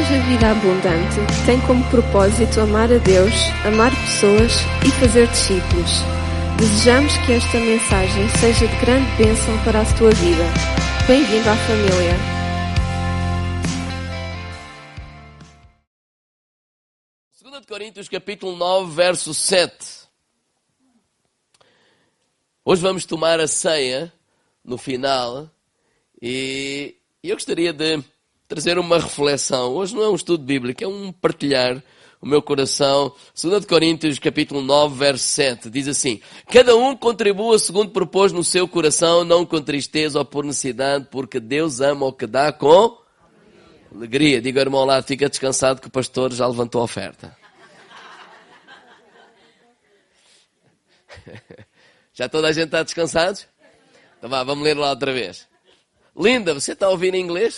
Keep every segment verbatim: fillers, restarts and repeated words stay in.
Igreja Vida Abundante tem como propósito amar a Deus, amar pessoas e fazer discípulos. Desejamos que esta mensagem seja de grande bênção para a tua vida. Bem-vindo à família. segunda de Coríntios, capítulo nove, verso sete. Hoje vamos tomar a ceia no final e eu gostaria de trazer uma reflexão. Hoje não é um estudo bíblico, é um partilhar o meu coração. segunda de Coríntios, capítulo nove, verso sete, diz assim: cada um contribua segundo propôs no seu coração, não com tristeza ou por necessidade, porque Deus ama o que dá com alegria. Diga ao irmão ao lado, fica descansado que o pastor já levantou a oferta. Já toda a gente está descansado? Então vá, vamos ler lá outra vez. Linda, você está a ouvir em inglês?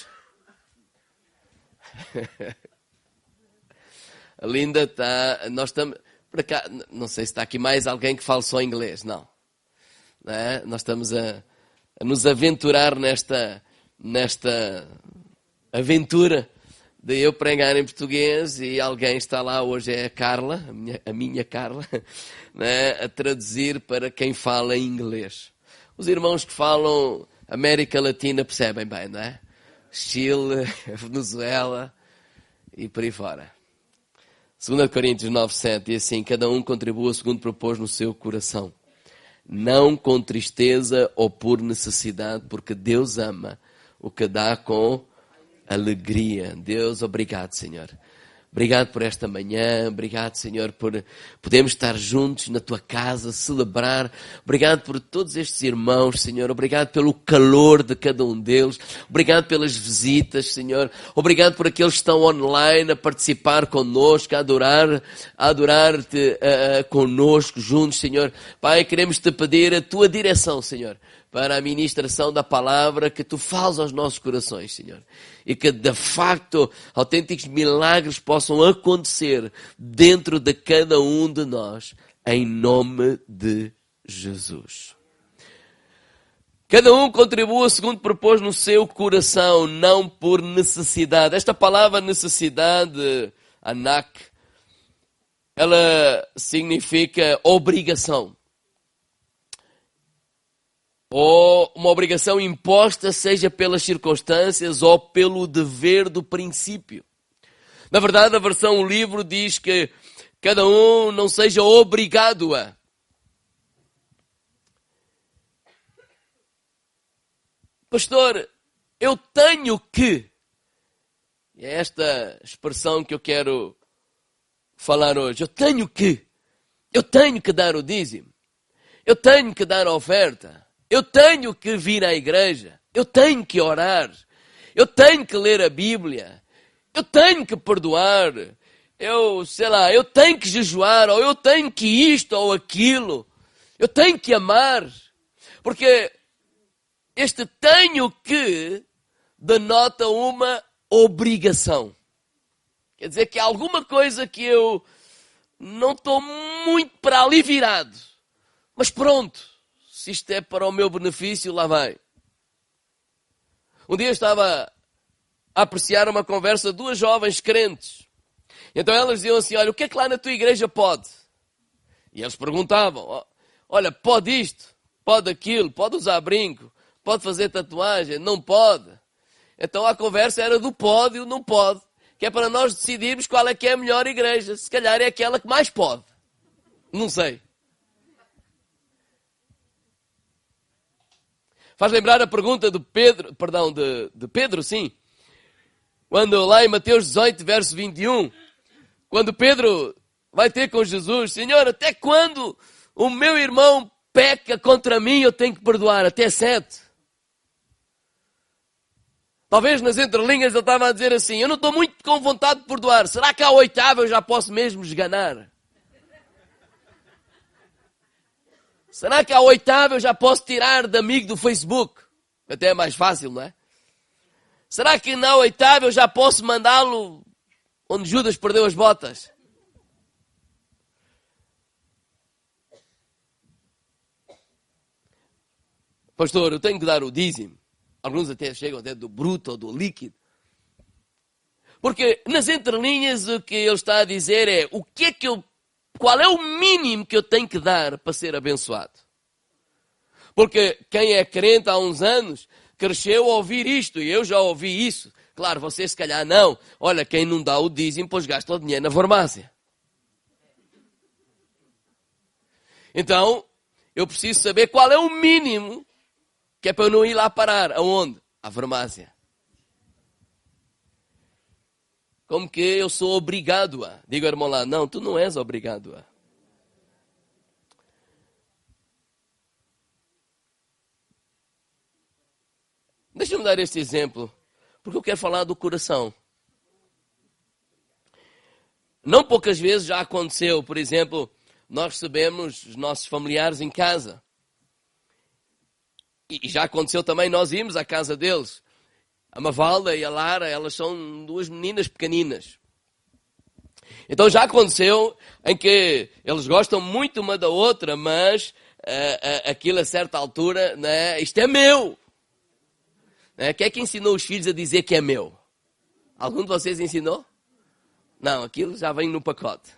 A Linda está... Nós estamos... Por cá, não sei se está aqui mais alguém que fale só inglês. Não. Não é? Nós estamos a, a nos aventurar nesta, nesta aventura de eu pregar em português e alguém está lá, hoje é a Carla, a minha, a minha Carla, não é? A traduzir para quem fala inglês. Os irmãos que falam América Latina percebem bem, não é? Chile, Venezuela e por aí fora. segunda de Coríntios nove, sete, diz assim: cada um contribua segundo propôs no seu coração, não com tristeza ou por necessidade, porque Deus ama o que dá com alegria. Deus, obrigado, Senhor. Obrigado por esta manhã, obrigado, Senhor, por podermos estar juntos na Tua casa, celebrar. Obrigado por todos estes irmãos, Senhor. Obrigado pelo calor de cada um deles. Obrigado pelas visitas, Senhor. Obrigado por aqueles que estão online a participar connosco, a adorar, a adorar-te uh, connosco, juntos, Senhor. Pai, queremos Te pedir a Tua direção, Senhor, para a ministração da palavra, que Tu fales aos nossos corações, Senhor. E que, de facto, autênticos milagres possam acontecer dentro de cada um de nós, em nome de Jesus. Cada um contribua segundo propôs no seu coração, não por necessidade. Esta palavra necessidade, anak, ela significa obrigação. Ou uma obrigação imposta, seja pelas circunstâncias ou pelo dever do princípio. Na verdade, a versão livro diz que cada um não seja obrigado a. Pastor, eu tenho que. É esta expressão que eu quero falar hoje. Eu tenho que. Eu tenho que dar o dízimo. Eu tenho que dar a oferta. Eu tenho que vir à igreja, eu tenho que orar, eu tenho que ler a Bíblia, eu tenho que perdoar, eu, sei lá, eu tenho que jejuar, ou eu tenho que isto ou aquilo, eu tenho que amar, porque este tenho que denota uma obrigação. Quer dizer que há alguma coisa que eu não estou muito para ali virado, mas pronto. Se isto é para o meu benefício, lá vai. Um dia eu estava a apreciar uma conversa de duas jovens crentes. Então elas diziam assim: olha, o que é que lá na tua igreja pode? E eles perguntavam: olha, pode isto, pode aquilo, pode usar brinco, pode fazer tatuagem, não pode. Então a conversa era do pode e o não pode, que é para nós decidirmos qual é que é a melhor igreja. Se calhar é aquela que mais pode. Não sei. Faz lembrar a pergunta de Pedro, perdão, de, de Pedro, sim. Quando lá em Mateus dezoito, verso vinte e um, quando Pedro vai ter com Jesus: Senhor, até quando o meu irmão peca contra mim, eu tenho que perdoar? Até sete. Talvez nas entrelinhas ele estava a dizer assim: eu não estou muito com vontade de perdoar. Será que à oitava eu já posso mesmo esganar? Será que à oitava eu já posso tirar de amigo do Facebook? Até é mais fácil, não é? Será que na oitava eu já posso mandá-lo onde Judas perdeu as botas? Pastor, eu tenho que dar o dízimo. Alguns até chegam até do bruto ou do líquido. Porque nas entrelinhas o que ele está a dizer é o que é que eu, qual é o mínimo que eu tenho que dar para ser abençoado. Porque quem é crente há uns anos cresceu a ouvir isto e eu já ouvi isso. Claro, você se calhar não. Olha, quem não dá o dízimo, pois gasta o dinheiro na farmácia. Então, eu preciso saber qual é o mínimo que é para eu não ir lá parar. Aonde? À farmácia. Como que eu sou obrigado a? Diga ao irmão lá, não, tu não és obrigado a. Deixa-me dar este exemplo, porque eu quero falar do coração. Não poucas vezes já aconteceu, por exemplo, nós recebemos os nossos familiares em casa. E já aconteceu também nós irmos à casa deles. A Mafalda e a Lara, elas são duas meninas pequeninas. Então já aconteceu em que eles gostam muito uma da outra, mas uh, uh, aquilo a certa altura, né, isto é meu. Né? Quem é que ensinou os filhos a dizer que é meu? Algum de vocês ensinou? Não, aquilo já vem no pacote.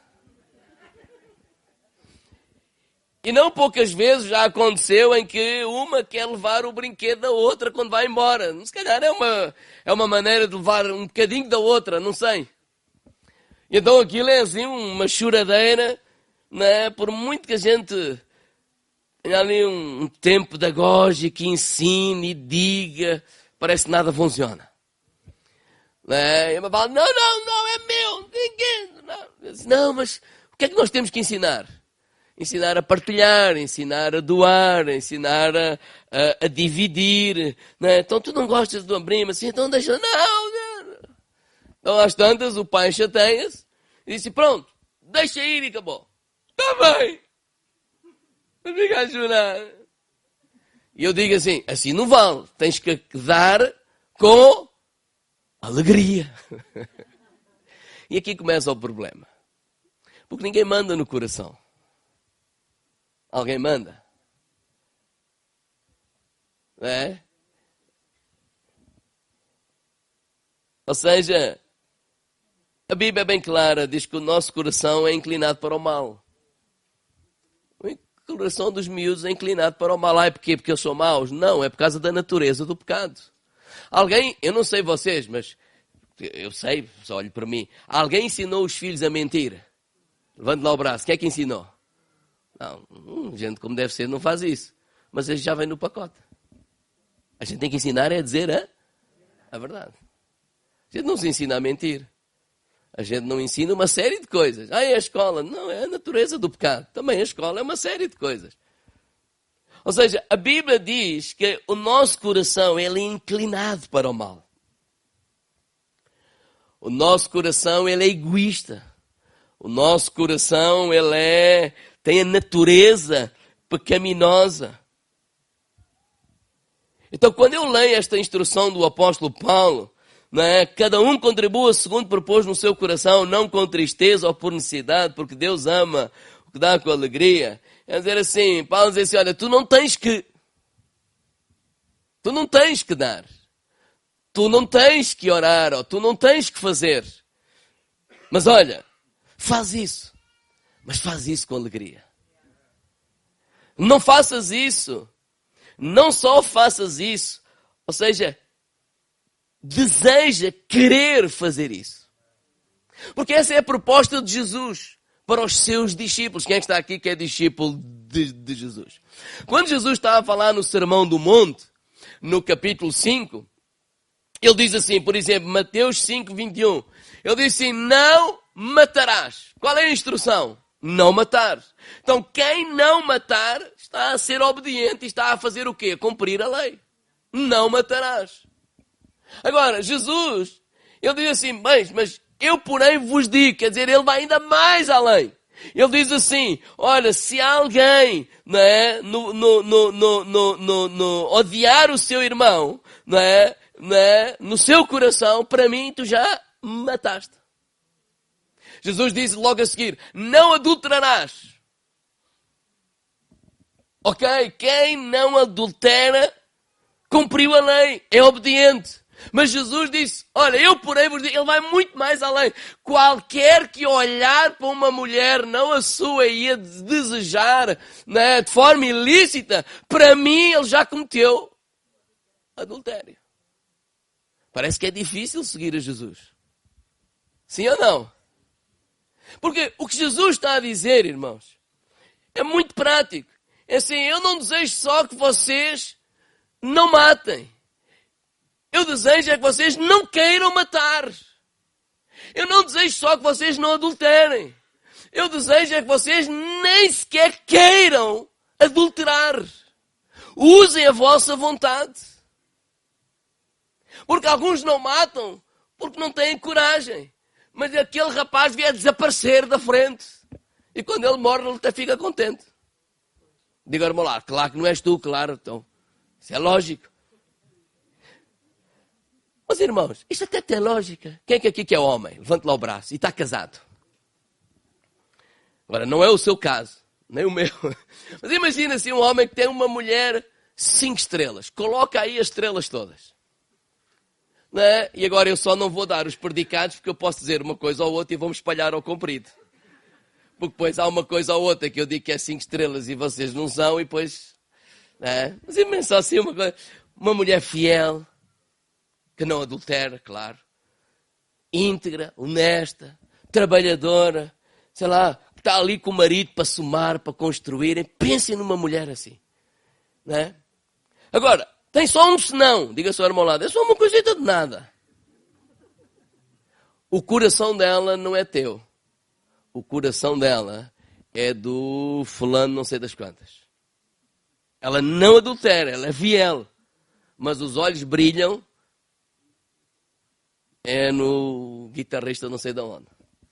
E não poucas vezes já aconteceu em que uma quer levar o brinquedo da outra quando vai embora. Se calhar é uma, é uma maneira de levar um bocadinho da outra, não sei. E então aquilo é assim uma choradeira, né? Por muito que a gente tenha ali um, um tempo pedagógico que ensine e diga, parece que nada funciona. Né? E a fala, não, não, não, é meu. Ninguém, não. Eu disse, não, mas o que é que nós temos que ensinar? Ensinar a partilhar, ensinar a doar, ensinar a, a, a dividir. Né? Então tu não gostas de uma prima, assim, então deixa, não, não. Então às tantas o pai chateia-se e disse, pronto, deixa ir e acabou. Está bem. Não fica a chorar. E eu digo assim, assim não vale, tens que dar com alegria. E aqui começa o problema. Porque ninguém manda no coração. Alguém manda? É? Ou seja, a Bíblia é bem clara, diz que o nosso coração é inclinado para o mal. O coração dos miúdos é inclinado para o mal. Ah, é porquê? Porque eu sou maus? Não, é por causa da natureza do pecado. Alguém, eu não sei vocês, mas eu sei, só olhe para mim. Alguém ensinou os filhos a mentir? Levante lá o braço. Quem é que ensinou? Não, hum, gente como deve ser não faz isso. Mas isso já vem no pacote. A gente tem que ensinar é a dizer a, a verdade. A gente não se ensina a mentir. A gente não ensina uma série de coisas. Ah, é a escola. Não, é a natureza do pecado. Também a escola é uma série de coisas. Ou seja, a Bíblia diz que o nosso coração ele é inclinado para o mal. O nosso coração ele é egoísta. O nosso coração ele é... tem a natureza pecaminosa. Então, quando eu leio esta instrução do apóstolo Paulo, né, cada um contribua segundo propôs no seu coração, não com tristeza ou por necessidade, porque Deus ama o que dá com alegria. É dizer assim, Paulo diz assim, olha, tu não tens que, tu não tens que dar, tu não tens que orar, ou tu não tens que fazer. Mas olha, faz isso. Mas faz isso com alegria. Não faças isso. Não só faças isso. Ou seja, deseja querer fazer isso. Porque essa é a proposta de Jesus para os seus discípulos. Quem é que está aqui que é discípulo de, de Jesus? Quando Jesus estava a falar no Sermão do Monte, no capítulo cinco, ele diz assim, por exemplo, Mateus cinco, vinte e um. Ele diz assim, não matarás. Qual é a instrução? Não matar. Então, quem não matar está a ser obediente e está a fazer o quê? Cumprir a lei. Não matarás. Agora, Jesus, ele diz assim, mas, mas eu porém vos digo, quer dizer, ele vai ainda mais além. Ele diz assim, olha, se alguém, não é, no, no, no, no, no, no, no, odiar o seu irmão, não é, não é, no seu coração, para mim, tu já mataste. Jesus diz logo a seguir, não adulterarás. Ok, quem não adultera, cumpriu a lei, é obediente. Mas Jesus disse, olha, eu porém vos digo, ele vai muito mais além. Qualquer que olhar para uma mulher, não a sua, e a desejar, né, de forma ilícita, para mim ele já cometeu adultério. Parece que é difícil seguir a Jesus. Sim ou não? Porque o que Jesus está a dizer, irmãos, é muito prático. É assim, eu não desejo só que vocês não matem. Eu desejo é que vocês não queiram matar. Eu não desejo só que vocês não adulterem. Eu desejo é que vocês nem sequer queiram adulterar. Usem a vossa vontade. Porque alguns não matam porque não têm coragem. Mas aquele rapaz vier desaparecer da frente. E quando ele morre, ele até fica contente. Diga, irmão lá, claro que não és tu, claro. Então, isso é lógico. Mas, irmãos, isto até tem lógica. Quem é que aqui que é homem? Levante lá o braço. E está casado. Agora, não é o seu caso. Nem o meu. Mas imagina assim um homem que tem uma mulher cinco estrelas. Coloca aí as estrelas todas. Não é? E agora eu só não vou dar os predicados porque eu posso dizer uma coisa ou outra e vou-me espalhar ao comprido. Porque depois há uma coisa ou outra que eu digo que é cinco estrelas e vocês não são e depois... Não é? Mas imagina só assim uma coisa. Uma mulher fiel... que não adultera, claro, íntegra, honesta, trabalhadora, sei lá, que está ali com o marido para somar, para construírem. Pensem numa mulher assim, não é? Agora, tem só um senão, diga só ao irmão ao lado, é só uma coisita de nada. O coração dela não é teu. O coração dela é do fulano não sei das quantas. Ela não adultera, ela é fiel, mas os olhos brilham é no guitarrista não sei de onde.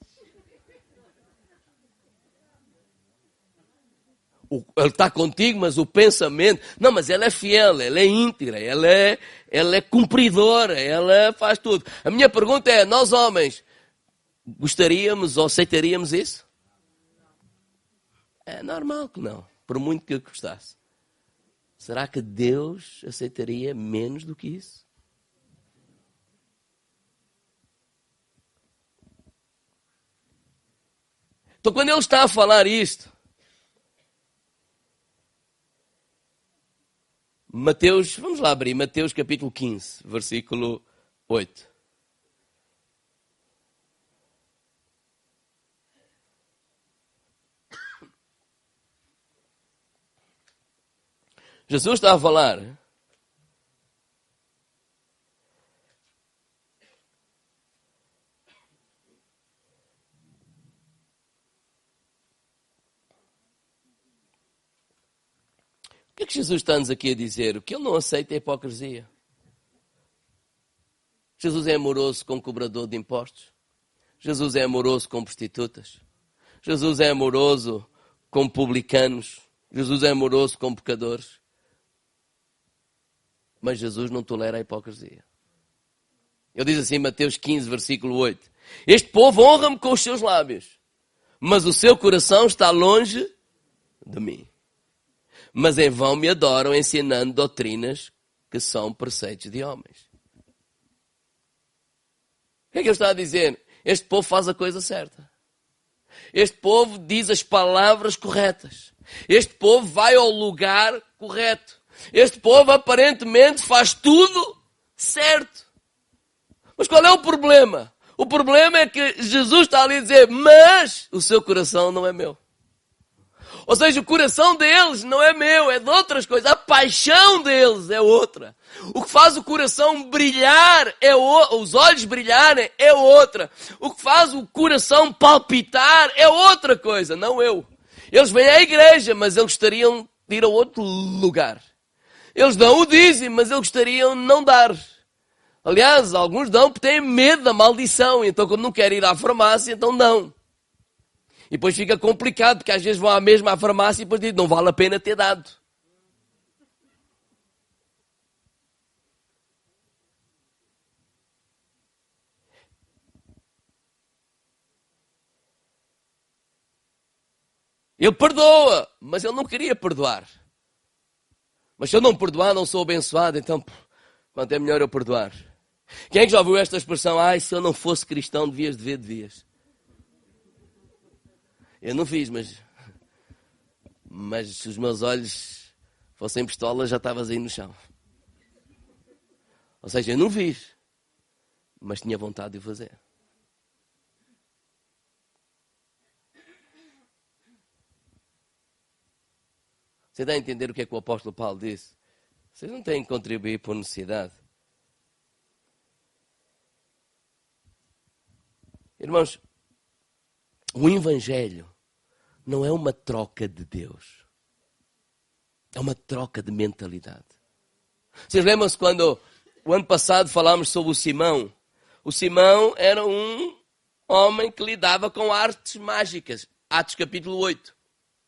O, ele está contigo, mas o pensamento... Não, mas ela é fiel, ela é íntegra, ela é, ela é cumpridora, ela faz tudo. A minha pergunta é, nós homens, gostaríamos ou aceitaríamos isso? É normal que não, por muito que eu gostasse. Será que Deus aceitaria menos do que isso? Então, quando ele está a falar isto, Mateus, vamos lá abrir, Mateus capítulo quinze, versículo oito. Jesus está a falar. O que é que Jesus está-nos aqui a dizer? O que ele não aceita é a hipocrisia. Jesus é amoroso com o cobrador de impostos. Jesus é amoroso com prostitutas. Jesus é amoroso com publicanos. Jesus é amoroso com pecadores. Mas Jesus não tolera a hipocrisia. Ele diz assim, Mateus quinze, versículo oito. Este povo honra-me com os seus lábios, mas o seu coração está longe de mim. Mas em vão me adoram ensinando doutrinas que são preceitos de homens. O que é que ele está a dizer? Este povo faz a coisa certa. Este povo diz as palavras corretas. Este povo vai ao lugar correto. Este povo aparentemente faz tudo certo. Mas qual é o problema? O problema é que Jesus está ali a dizer, mas o seu coração não é meu. Ou seja, o coração deles não é meu, é de outras coisas. A paixão deles é outra. O que faz o coração brilhar, é o... os olhos brilharem, é outra. O que faz o coração palpitar é outra coisa, não eu. Eles vêm à igreja, mas eles gostariam de ir a outro lugar. Eles dão o dízimo, mas eles gostariam de não dar. Aliás, alguns dão porque têm medo da maldição. Então, quando não querem ir à farmácia, então dão. E depois fica complicado, porque às vezes vão à mesma à farmácia e depois dizem, não vale a pena ter dado. Ele perdoa, mas ele não queria perdoar. Mas se eu não perdoar, não sou abençoado, então quanto é melhor eu perdoar. Quem é que já ouviu esta expressão? Ai, se eu não fosse cristão, devias de ver, devias. Eu não fiz, mas... Mas se os meus olhos fossem pistolas, já estavas aí no chão. Ou seja, eu não fiz, mas tinha vontade de o fazer. Você dá a entender o que é que o apóstolo Paulo disse? Vocês não têm que contribuir por necessidade. Irmãos, o Evangelho não é uma troca de Deus. É uma troca de mentalidade. Vocês lembram-se quando o ano passado falámos sobre o Simão? O Simão era um homem que lidava com artes mágicas. Atos capítulo oito.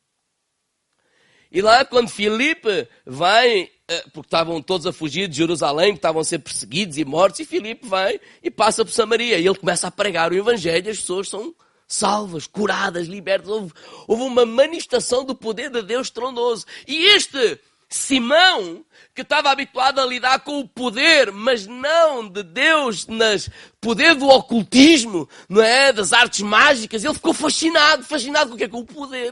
E lá quando Filipe vai, porque estavam todos a fugir de Jerusalém, que estavam a ser perseguidos e mortos, e Filipe vai e passa por Samaria. E ele começa a pregar o Evangelho e as pessoas são salvas, curadas, libertas. Houve, houve uma manifestação do poder de Deus trondoso. E este Simão, que estava habituado a lidar com o poder, mas não de Deus, nas poder do ocultismo, não é? Das artes mágicas, ele ficou fascinado, fascinado com o que é? Com o poder.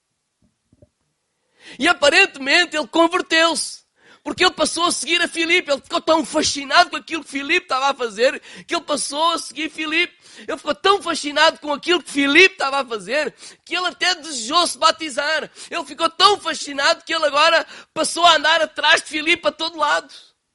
E aparentemente ele converteu-se. Porque ele passou a seguir a Filipe. Ele ficou tão fascinado com aquilo que Filipe estava a fazer, que ele passou a seguir Filipe. Ele ficou tão fascinado com aquilo que Filipe estava a fazer, que ele até desejou se batizar. Ele ficou tão fascinado que ele agora passou a andar atrás de Filipe a todo lado.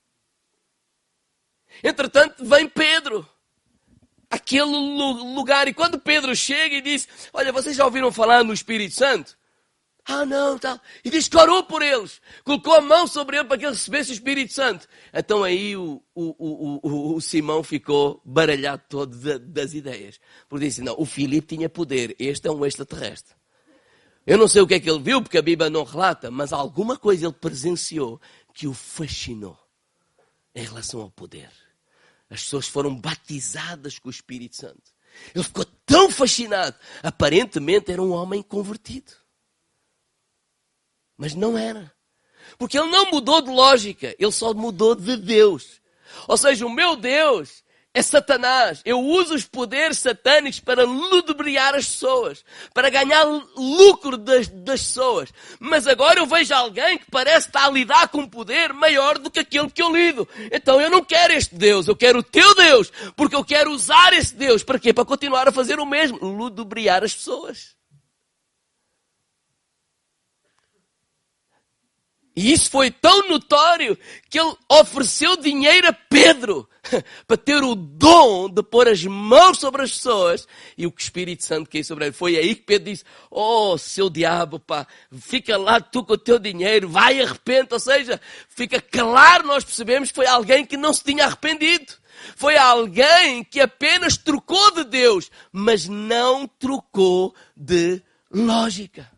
Entretanto, vem Pedro. Aquele lugar. E quando Pedro chega e diz, olha, vocês já ouviram falar no Espírito Santo? Ah, não, tal. E diz que orou por eles. Colocou a mão sobre ele para que ele recebesse o Espírito Santo. Então aí o, o, o, o, o Simão ficou baralhado todo de, das ideias. Porque disse, não, o Filipe tinha poder. Este é um extraterrestre. Eu não sei o que é que ele viu, porque a Bíblia não relata, mas alguma coisa ele presenciou que o fascinou em relação ao poder. As pessoas foram batizadas com o Espírito Santo. Ele ficou tão fascinado. Aparentemente era um homem convertido. Mas não era. Porque ele não mudou de lógica. Ele só mudou de Deus. Ou seja, o meu Deus é Satanás. Eu uso os poderes satânicos para ludibriar as pessoas. Para ganhar lucro das, das pessoas. Mas agora eu vejo alguém que parece estar a lidar com um poder maior do que aquele que eu lido. Então eu não quero este Deus. Eu quero o teu Deus. Porque eu quero usar esse Deus. Para quê? Para continuar a fazer o mesmo. Ludibriar as pessoas. E isso foi tão notório que ele ofereceu dinheiro a Pedro para ter o dom de pôr as mãos sobre as pessoas e o Espírito Santo caiu sobre ele. Foi aí que Pedro disse, oh, seu diabo, pá, fica lá tu com o teu dinheiro, vai arrepende. Ou seja, fica claro, nós percebemos que foi alguém que não se tinha arrependido. Foi alguém que apenas trocou de Deus, mas não trocou de lógica.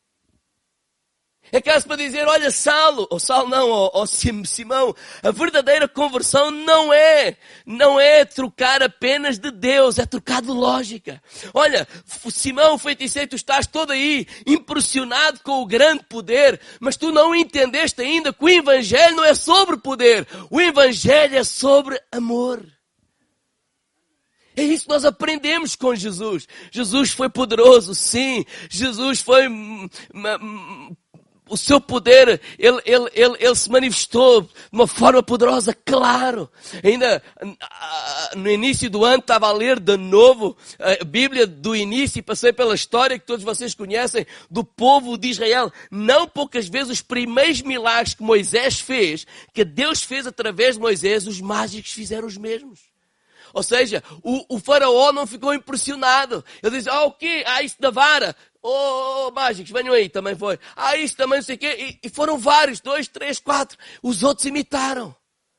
É caso para dizer, olha, Saulo, ou Saulo não, ou, ou Simão, a verdadeira conversão não é, não é trocar apenas de Deus, é trocar de lógica. Olha, Simão, feiticeiro, tu estás todo aí, impressionado com o grande poder, mas tu não entendeste ainda que o Evangelho não é sobre poder, o Evangelho é sobre amor. É isso que nós aprendemos com Jesus. Jesus foi poderoso, sim. Jesus foi... O seu poder, ele, ele, ele, ele se manifestou de uma forma poderosa, claro. Ainda no início do ano estava a ler de novo a Bíblia do início e passei pela história que todos vocês conhecem do povo de Israel. Não poucas vezes os primeiros milagres que Moisés fez, que Deus fez através de Moisés, os mágicos fizeram os mesmos. Ou seja, o, o faraó não ficou impressionado. Ele diz, ah, o quê? Ah, isso da vara. Oh, oh, mágicos, venham aí, também foi. Ah, isso também não sei o quê. E, e foram vários, dois, três, quatro. Os outros imitaram.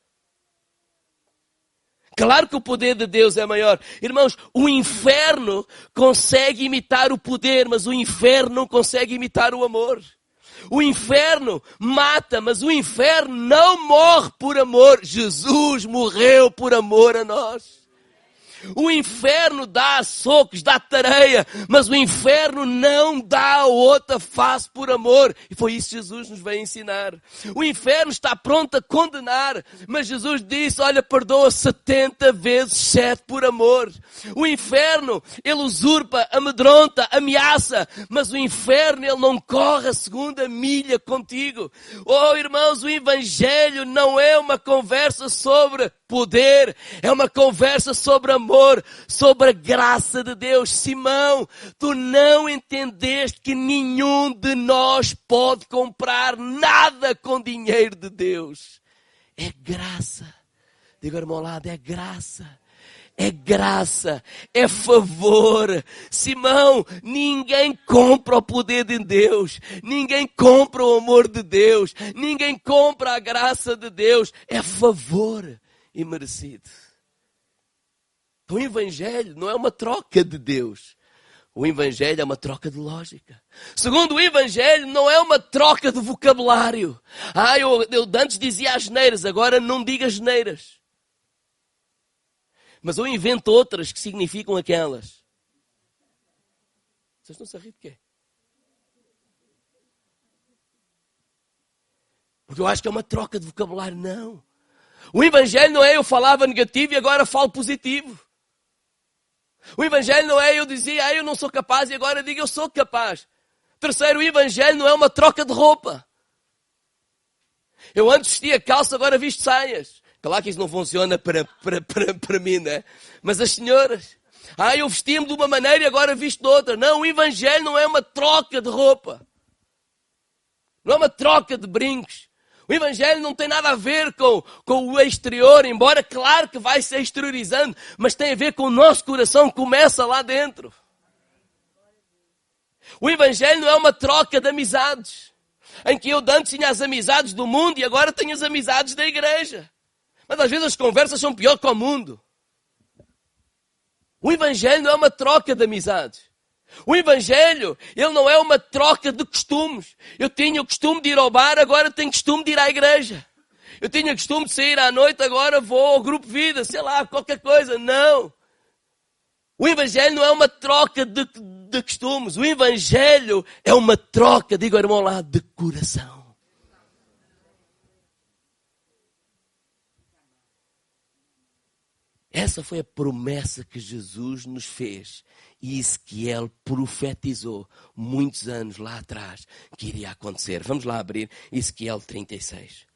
Claro que o poder de Deus é maior. Irmãos, o inferno consegue imitar o poder, mas o inferno não consegue imitar o amor. O inferno mata, mas o inferno não morre por amor. Jesus morreu por amor a nós. O inferno dá socos, dá tareia, mas o inferno não dá a outra face por amor. E foi isso que Jesus nos veio ensinar. O inferno está pronto a condenar, mas Jesus disse, olha, perdoa setenta vezes sete por amor. O inferno, ele usurpa, amedronta, ameaça, mas o inferno, ele não corre a segunda milha contigo. Oh, irmãos, o evangelho não é uma conversa sobre poder, é uma conversa sobre amor, sobre a graça de Deus. Simão, tu não entendeste que nenhum de nós pode comprar nada com dinheiro de Deus. É graça. Diga, irmão, ao lado, é graça. É graça, é favor. Simão, ninguém compra o poder de Deus. Ninguém compra o amor de Deus. Ninguém compra a graça de Deus. É favor imerecido. O evangelho não é uma troca de Deus. O evangelho é uma troca de lógica. Segundo, o evangelho não é uma troca de vocabulário. Ah, eu, eu antes dizia asneiras, agora não diga asneiras. Mas eu invento outras que significam aquelas. Vocês estão a rir de quê? Porque eu acho que é uma troca de vocabulário. Não. O evangelho não é eu falava negativo e agora falo positivo. O evangelho não é eu dizia, ah, eu não sou capaz e agora digo eu sou capaz. Terceiro, o evangelho não é uma troca de roupa. Eu antes vestia calça, agora visto saias. Claro que isso não funciona para, para, para, para mim, né? Mas as senhoras, ah, eu vestia-me de uma maneira e agora visto de outra. Não, o evangelho não é uma troca de roupa. Não é uma troca de brincos. O evangelho não tem nada a ver com, com o exterior, embora claro que vai se exteriorizando, mas tem a ver com o nosso coração, começa lá dentro. O evangelho não é uma troca de amizades, em que eu antes tinha as amizades do mundo e agora tenho as amizades da igreja. Mas às vezes as conversas são pior que o mundo. O evangelho não é uma troca de amizades. O evangelho, ele não é uma troca de costumes. Eu tinha o costume de ir ao bar, agora tenho costume de ir à igreja. Eu tinha o costume de sair à noite, agora vou ao grupo vida, sei lá, qualquer coisa. Não. O evangelho não é uma troca de, de costumes. O evangelho é uma troca, digo ao irmão lá, de coração. Essa foi a promessa que Jesus nos fez. E Ezequiel profetizou muitos anos lá atrás que iria acontecer. Vamos lá abrir Ezequiel trinta e seis.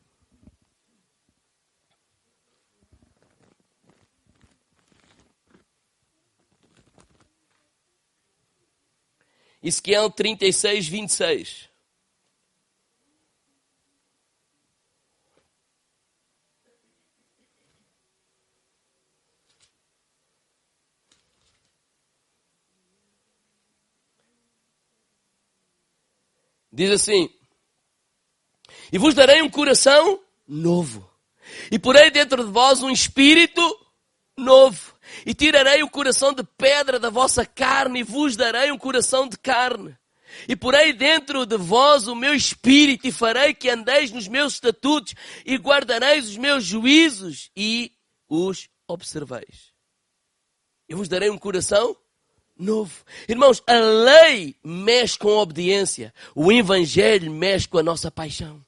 Ezequiel trinta e seis, vinte e seis. Diz assim, e vos darei um coração novo, e porei dentro de vós um espírito novo, e tirarei o coração de pedra da vossa carne, e vos darei um coração de carne, e porei dentro de vós o meu espírito, e farei que andeis nos meus estatutos, e guardareis os meus juízos, e os observeis. Eu vos darei um coração novo. Irmãos, a lei mexe com a obediência. O evangelho mexe com a nossa paixão.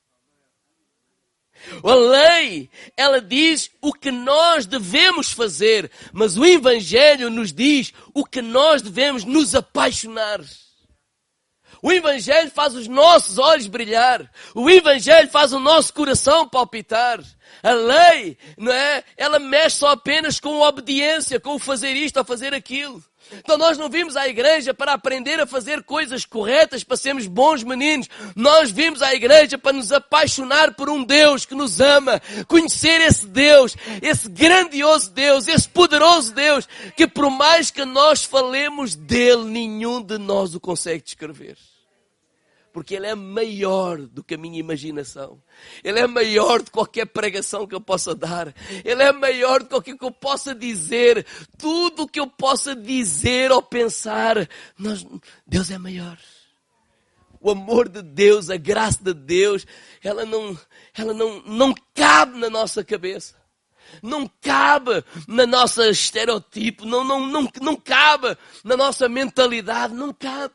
A lei, ela diz o que nós devemos fazer, mas o evangelho nos diz o que nós devemos nos apaixonar. O evangelho faz os nossos olhos brilhar. O evangelho faz o nosso coração palpitar. A lei, não é? Ela mexe só apenas com a obediência, com o fazer isto ou fazer aquilo. Então nós não vimos à igreja para aprender a fazer coisas corretas, para sermos bons meninos. Nós vimos à igreja para nos apaixonar por um Deus que nos ama. Conhecer esse Deus, esse grandioso Deus, esse poderoso Deus, que por mais que nós falemos dele, nenhum de nós o consegue descrever. Porque ele é maior do que a minha imaginação. Ele é maior do que qualquer pregação que eu possa dar. Ele é maior do que qualquer que eu possa dizer. Tudo o que eu possa dizer ou pensar, nós, Deus é maior. O amor de Deus, a graça de Deus, ela não, ela não, não cabe na nossa cabeça. não cabe na nossa estereotipo, não, não, não, não cabe na nossa mentalidade, não cabe.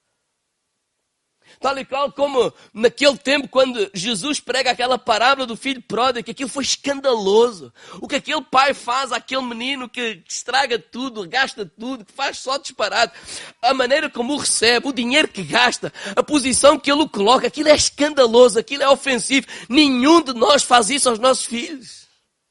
Tal e qual como naquele tempo, quando Jesus prega aquela parábola do filho pródigo, que aquilo foi escandaloso. O que aquele pai faz àquele menino que estraga tudo, gasta tudo, que faz só disparado. A maneira como o recebe, o dinheiro que gasta, a posição que ele o coloca, aquilo é escandaloso, aquilo é ofensivo. Nenhum de nós faz isso aos nossos filhos.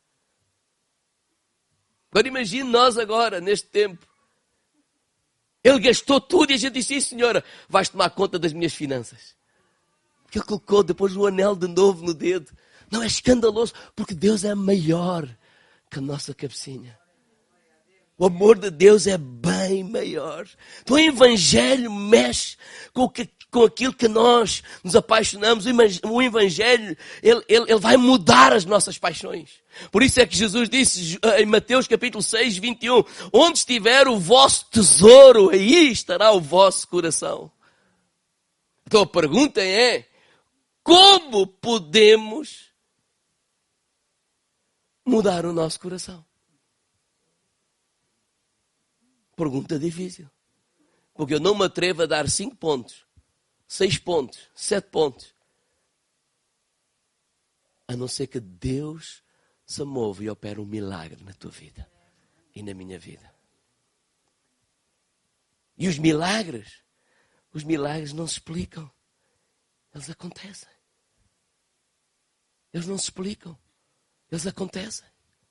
Agora imagine nós agora, neste tempo. Ele gastou tudo e a gente disse, sim, senhora, vais tomar conta das minhas finanças. Porque ele colocou depois o anel de novo no dedo. Não, é escandaloso, porque Deus é maior que a nossa cabecinha. O amor de Deus é bem maior. Então o Evangelho mexe com, o que, com aquilo que nós nos apaixonamos. O Evangelho, ele, ele, ele vai mudar as nossas paixões. Por isso é que Jesus disse em Mateus capítulo seis, vinte e um, onde estiver o vosso tesouro, aí estará o vosso coração. Então a pergunta é, como podemos mudar o nosso coração? Pergunta difícil. Porque eu não me atrevo a dar cinco pontos, seis pontos, sete pontos. A não ser que Deus se mova e opera um milagre na tua vida e na minha vida. E os milagres, os milagres não se explicam. Eles acontecem. Eles não se explicam. Eles acontecem.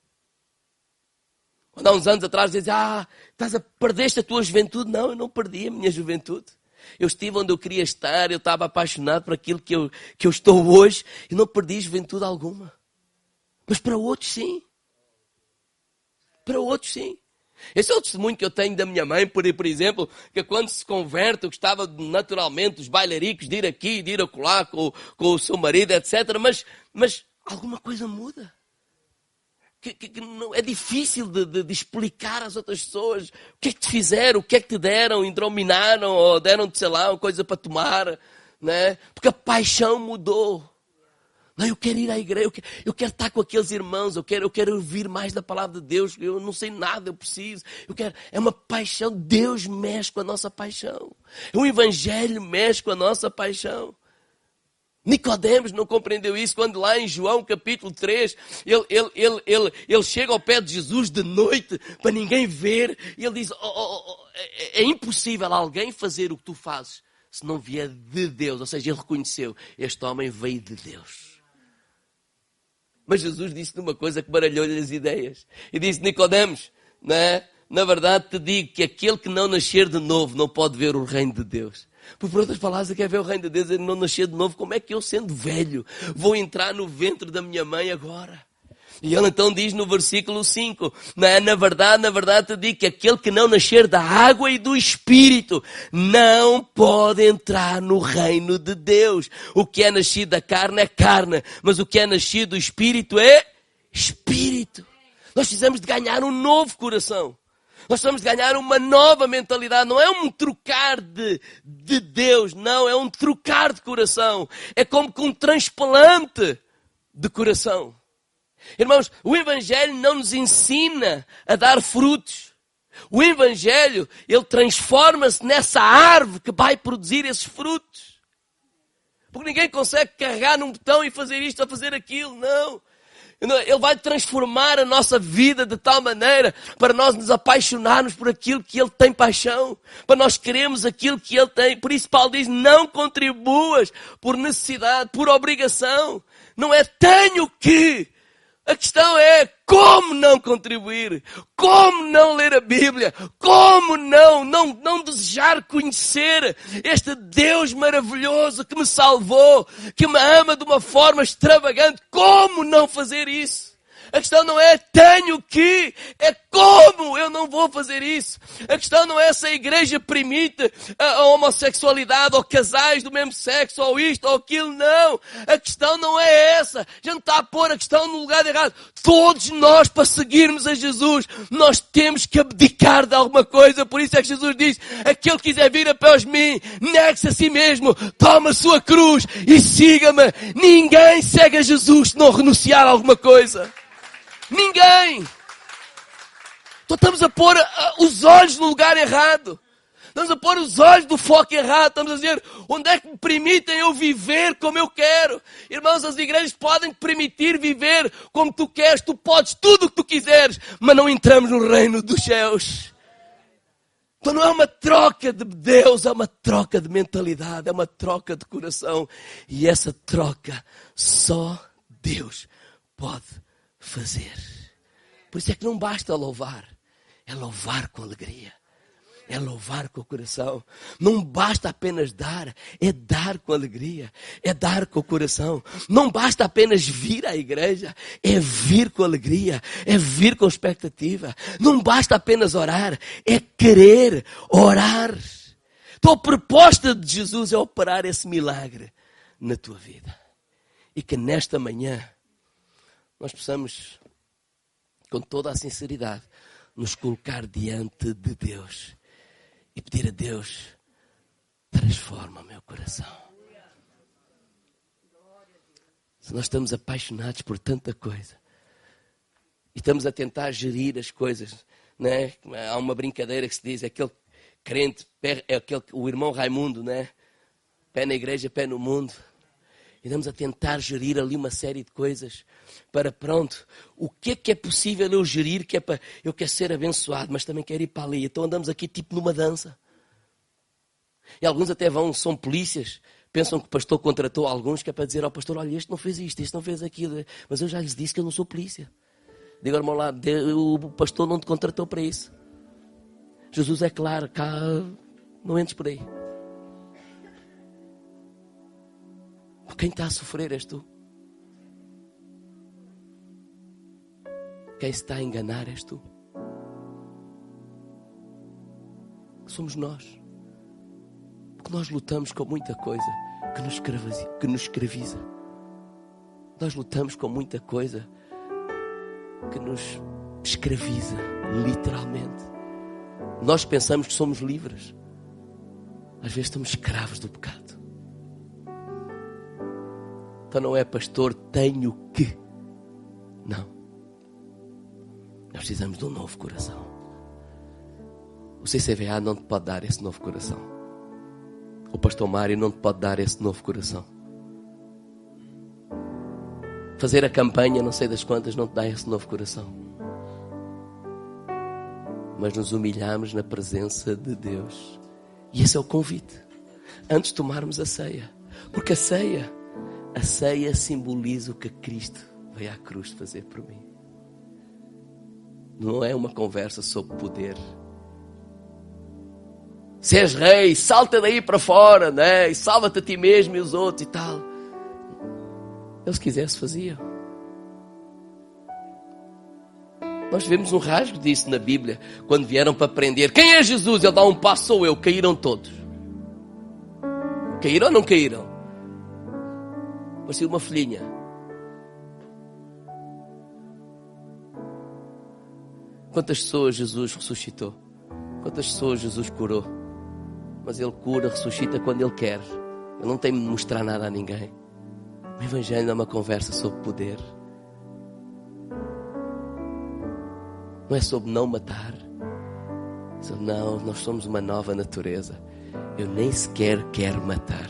Quando há uns anos atrás dizem, ah, estás a, perdeste a tua juventude. Não, eu não perdi a minha juventude. Eu estive onde eu queria estar, eu estava apaixonado por aquilo que eu, que eu estou hoje e não perdi juventude alguma. Mas para outros sim. Para outros sim. Esse é o testemunho que eu tenho da minha mãe, por, por exemplo, que quando se converte, eu gostava naturalmente dos bailaricos de ir aqui, de ir acolá com, com o seu marido, etcétera. Mas, mas alguma coisa muda. Que, que, que não, é difícil de, de, de explicar às outras pessoas o que é que te fizeram, o que é que te deram, indrominaram, ou deram-te, sei lá, uma coisa para tomar, né? Porque a paixão mudou. Não, eu quero ir à igreja, eu quero, eu quero estar com aqueles irmãos, eu quero, eu quero ouvir mais da palavra de Deus, eu não sei nada, eu preciso, eu quero, é uma paixão, Deus mexe com a nossa paixão, o Evangelho mexe com a nossa paixão. Nicodemos não compreendeu isso quando lá em João capítulo três, ele, ele, ele, ele, ele chega ao pé de Jesus de noite para ninguém ver e ele diz, oh, oh, oh, é, é impossível alguém fazer o que tu fazes se não vier de Deus. Ou seja, ele reconheceu, este homem veio de Deus. Mas Jesus disse uma coisa que baralhou-lhe as ideias. E disse, Nicodemos, né? Na verdade te digo que aquele que não nascer de novo não pode ver o reino de Deus. Por, por outras palavras, quer ver o reino de Deus e não nascer de novo. Como é que eu, sendo velho, vou entrar no ventre da minha mãe agora? E ele então diz no versículo cinco, na, na verdade, na verdade te digo que aquele que não nascer da água e do Espírito não pode entrar no reino de Deus. O que é nascido da carne é carne, mas o que é nascido do Espírito é Espírito. Nós precisamos de ganhar um novo coração. Nós precisamos de ganhar uma nova mentalidade. Não é um trocar de, de Deus, não. É um trocar de coração. É como com um transplante de coração. Irmãos, o Evangelho não nos ensina a dar frutos. O Evangelho, ele transforma-se nessa árvore que vai produzir esses frutos. Porque ninguém consegue carregar num botão e fazer isto ou fazer aquilo, não. Ele vai transformar a nossa vida de tal maneira para nós nos apaixonarmos por aquilo que Ele tem paixão. Para nós queremos aquilo que Ele tem. Por isso Paulo diz, não contribuas por necessidade, por obrigação. Não é tenho que. A questão é como não contribuir, como não ler a Bíblia, como não, não, não desejar conhecer este Deus maravilhoso que me salvou, que me ama de uma forma extravagante, como não fazer isso? A questão não é tenho que, é como eu não vou fazer isso. A questão não é se a igreja permite a, a homossexualidade ou casais do mesmo sexo ou isto ou aquilo, não. A questão não é essa. A gente está a pôr a questão no lugar errado. Todos nós, para seguirmos a Jesus, nós temos que abdicar de alguma coisa. Por isso é que Jesus diz, aquele que quiser vir após mim, negue-se a si mesmo, toma a sua cruz e siga-me. Ninguém segue a Jesus se não renunciar a alguma coisa. Ninguém. Então estamos a pôr os olhos no lugar errado. Estamos a pôr os olhos do foco errado. Estamos a dizer, onde é que me permitem eu viver como eu quero? Irmãos, as igrejas podem te permitir viver como tu queres. Tu podes tudo o que tu quiseres, mas não entramos no reino dos céus. Então não é uma troca de Deus, é uma troca de mentalidade, é uma troca de coração. E essa troca só Deus pode fazer. Por isso é que não basta louvar, é louvar com alegria. É louvar com o coração. Não basta apenas dar, é dar com alegria. É dar com o coração. Não basta apenas vir à igreja, é vir com alegria. É vir com expectativa. Não basta apenas orar, é querer orar. Então a proposta de Jesus é operar esse milagre na tua vida. E que nesta manhã nós possamos, com toda a sinceridade, nos colocar diante de Deus. E pedir a Deus, transforma o meu coração. Se nós estamos apaixonados por tanta coisa, e estamos a tentar gerir as coisas, né? Há uma brincadeira que se diz, aquele crente, é aquele, o irmão Raimundo, né? Pé na igreja, pé no mundo. E estamos a tentar gerir ali uma série de coisas para, pronto, o que é que é possível eu gerir, que é para, eu quero ser abençoado, mas também quero ir para ali. Então andamos aqui tipo numa dança. E alguns até vão, são polícias, pensam que o pastor contratou alguns que é para dizer ao pastor, olha, este não fez isto, este não fez aquilo. Mas eu já lhes disse que eu não sou polícia. Digo ao irmão lá, o pastor não te contratou para isso. Jesus é claro, cá, não entres por aí. Quem está a sofrer és tu. Quem se está a enganar és tu. Somos nós. Porque nós lutamos com muita coisa que nos escraviza. Que nos escraviza. Nós lutamos com muita coisa que nos escraviza, literalmente. Nós pensamos que somos livres. Às vezes estamos escravos do pecado. Então não é, pastor, tenho que. Não. Nós precisamos de um novo coração. O C C V A não te pode dar esse novo coração. O pastor Mário não te pode dar esse novo coração. Fazer a campanha, não sei das quantas, não te dá esse novo coração. Mas nos humilhamos na presença de Deus. E esse é o convite. Antes de tomarmos a ceia. Porque a ceia... A ceia simboliza o que Cristo veio à cruz fazer por mim. Não é uma conversa sobre poder. Se és rei, salta daí para fora, né? E salva-te a ti mesmo e os outros e tal. Ele, se quisesse, fazia. Nós vemos um rasgo disso na Bíblia. Quando vieram para prender, quem é Jesus? Ele dá um passo, sou eu. Caíram todos. Caíram ou não caíram? Parecia uma filhinha. Quantas pessoas Jesus ressuscitou? Quantas pessoas Jesus curou? Mas Ele cura, ressuscita quando Ele quer. Ele não tem de mostrar nada a ninguém. O Evangelho é uma conversa sobre poder. Não é sobre não matar. É sobre, não, nós somos uma nova natureza. Eu nem sequer quero matar.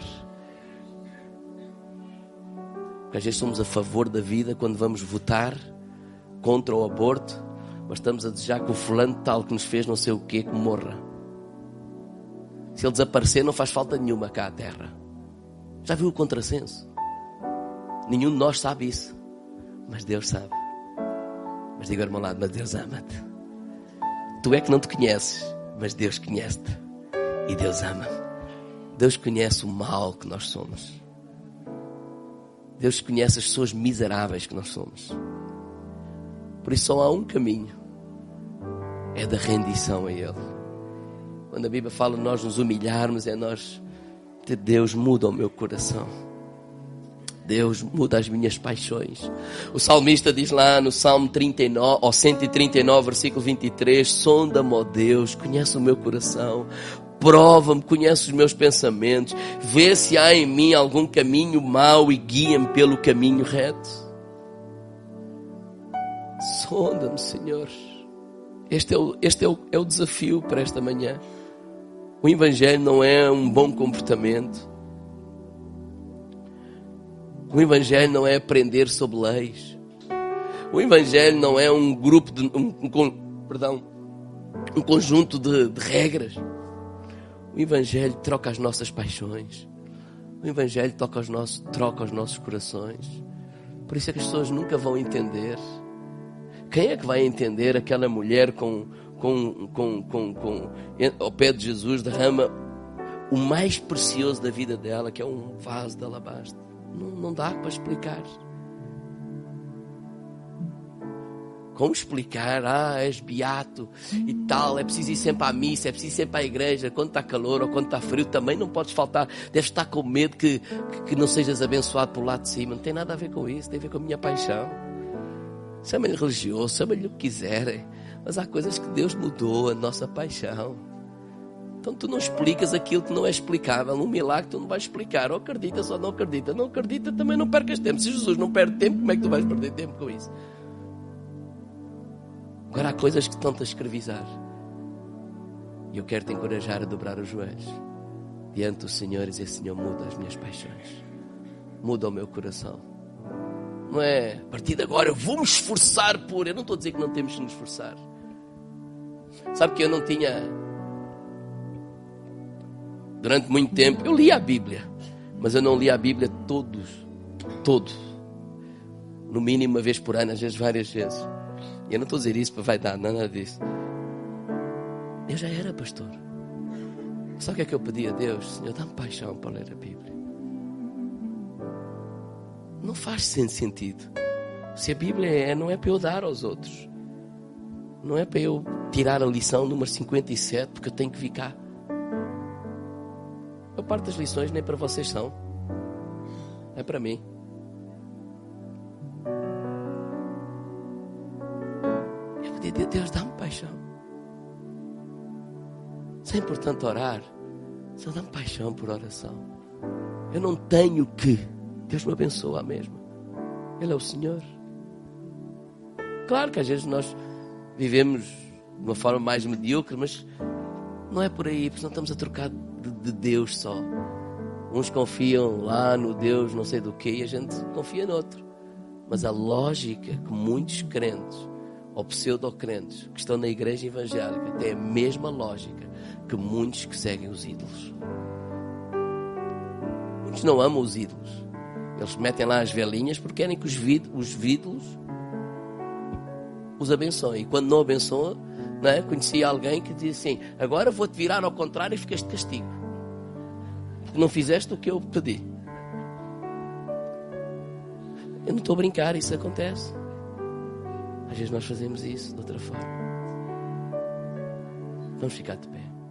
Porque às vezes somos a favor da vida quando vamos votar contra o aborto, mas estamos a desejar que o fulano tal que nos fez não sei o quê, que morra. Se ele desaparecer não faz falta nenhuma cá à terra. Já viu o contrassenso? Nenhum de nós sabe isso, mas Deus sabe. Mas diga ao irmão lado, mas Deus ama-te. Tu é que não te conheces, mas Deus conhece-te. E Deus ama. Deus conhece o mal que nós somos. Deus conhece as pessoas miseráveis que nós somos. Por isso só há um caminho. É da rendição a Ele. Quando a Bíblia fala de nós nos humilharmos, é nós ter Deus muda o meu coração. Deus muda as minhas paixões. O salmista diz lá no Salmo trinta e nove, ou cento e trinta e nove, versículo vinte e três, sonda-me, ó Deus, conhece o meu coração. Prova-me, conhece os meus pensamentos, vê se há em mim algum caminho mau e guia-me pelo caminho reto. Sonda-me, Senhor. Este, é o, este é, o, é o desafio para esta manhã. O Evangelho não é um bom comportamento. O Evangelho não é aprender sobre leis. O Evangelho não é um grupo de... Um, um, perdão, um conjunto de, de regras. O Evangelho troca as nossas paixões. O Evangelho toca os nossos, troca os nossos corações. Por isso é que as pessoas nunca vão entender. Quem é que vai entender aquela mulher com, com, com, com, com, ao pé de Jesus derrama o mais precioso da vida dela, que é um vaso de alabastro? Não, não dá para explicar. Como explicar? Ah, és beato e tal, é preciso ir sempre à missa, é preciso ir sempre à igreja, quando está calor ou quando está frio, também não podes faltar, deves estar com medo que, que, que não sejas abençoado por lá de cima. Não tem nada a ver com isso, tem a ver com a minha paixão. Chama-lhe religioso, chama-lhe o que quiserem, mas há coisas que Deus mudou, a nossa paixão. Então tu não explicas aquilo que não é explicável. Um milagre tu não vais explicar, ou acreditas ou não acredita. Não acredita, também não percas tempo. Se Jesus não perde tempo, como é que tu vais perder tempo com isso? Agora há coisas que estão-te a escravizar. E eu quero te encorajar a dobrar os joelhos diante do Senhor e dizer: Senhor, muda as minhas paixões, muda o meu coração. Não é a partir de agora eu vou me esforçar por... Eu não estou a dizer que não temos que nos esforçar. Sabe que eu não tinha... Durante muito tempo eu lia a Bíblia, mas eu não lia a Bíblia todos, todo. No mínimo uma vez por ano, às vezes várias vezes. E eu não estou a dizer isso para vai dar nada disso. Eu já era pastor. Sabe o que é que eu pedi a Deus? Senhor, dá-me paixão para ler a Bíblia. Não faz sentido. Se a Bíblia é, não é para eu dar aos outros. Não é para eu tirar a lição número cinquenta e sete, porque eu tenho que ficar. A parte das lições nem para vocês são. É para mim. Eu pedi a Deus, dá-me paixão. Se é importante orar, só dá-me paixão por oração. Eu não tenho que. Deus me abençoa mesmo. Ele é o Senhor. Claro que às vezes nós vivemos de uma forma mais medíocre, mas não é por aí, porque não estamos a trocar de, de Deus só. Uns confiam lá no Deus não sei do quê e a gente confia noutro. Mas a lógica que muitos crentes ou pseudo-crentes que estão na igreja evangélica têm a mesma lógica que muitos que seguem os ídolos. Muitos não amam os ídolos. Eles metem lá as velinhas porque querem que os, vid- os ídolos os abençoem. E quando não abençoam, não é? Conheci alguém que diz assim: agora vou-te virar ao contrário e ficas de castigo, porque não fizeste o que eu pedi. Eu não estou a brincar, isso acontece. Às vezes nós fazemos isso de outra forma. Vamos ficar de pé.